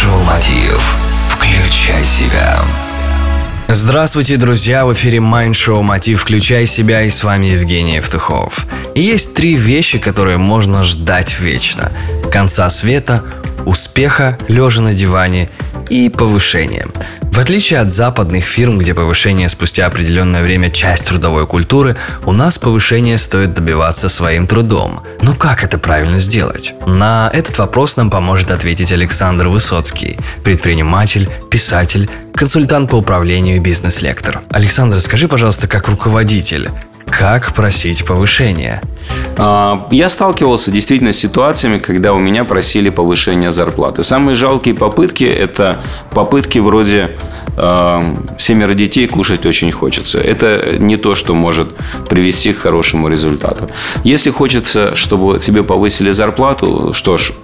Майнд-шоу Мотив. Включай себя. Здравствуйте, друзья! В эфире Майнд-шоу Мотив «Включай себя» и с вами Евгений Евтухов. И есть 3 вещи, которые можно ждать вечно: конца света, успеха, лежа на диване и повышения. В отличие от западных фирм, где повышение спустя определенное время часть трудовой культуры, у нас повышение стоит добиваться своим трудом. Но как это правильно сделать? На этот вопрос нам поможет ответить Александр Высоцкий, предприниматель, писатель, консультант по управлению и бизнес-лектор. Александр, скажи, пожалуйста, как руководитель, как просить повышения? Я сталкивался действительно с ситуациями, когда у меня просили повышения зарплаты. Самые жалкие попытки – это попытки вроде «7 детей, кушать очень хочется». Это не то, что может привести к хорошему результату. Если хочется, чтобы тебе повысили зарплату, что ж,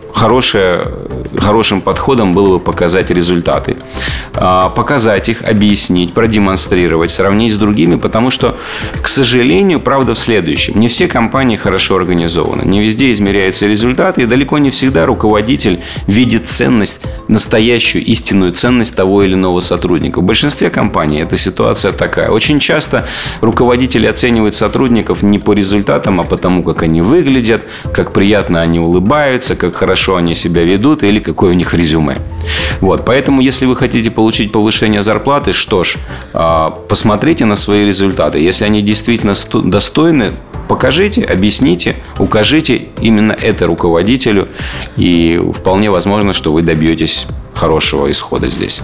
хорошим подходом было бы показать результаты. Показать их, объяснить, продемонстрировать, сравнить с другими, потому что, к сожалению, правда в следующем. Не все компании хорошо организованы. Не везде измеряются результаты, и далеко не всегда руководитель видит ценность, настоящую истинную ценность того или иного сотрудника. В большинстве компаний эта ситуация такая. Очень часто руководители оценивают сотрудников не по результатам, а по тому, как они выглядят, как приятно они улыбаются, как хорошо они себя ведут или какое у них резюме. Вот. Поэтому, если вы хотите получить повышение зарплаты, что ж, посмотрите на свои результаты. Если они действительно достойны, покажите, объясните, укажите именно это руководителю, и вполне возможно, что вы добьетесь хорошего исхода здесь.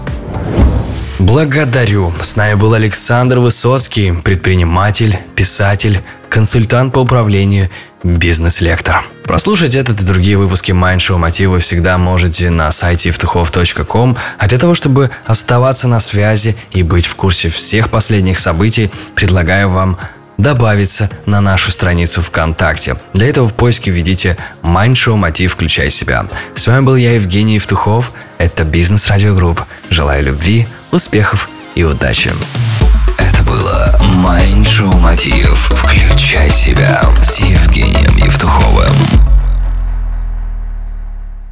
Благодарю. С нами был Александр Высоцкий, предприниматель, писатель, консультант по управлению, бизнес-лектор. Прослушать этот и другие выпуски Майнд-шоу Мотив вы всегда можете на сайте евтухов.com. А для того, чтобы оставаться на связи и быть в курсе всех последних событий, предлагаю вам добавиться на нашу страницу ВКонтакте. Для этого в поиске введите Майнд-шоу Мотив «Включай себя». С вами был я, Евгений Евтухов. Это Бизнес Радио Групп. Желаю любви, успехов и удачи. Это было Майнд-шоу Мотив.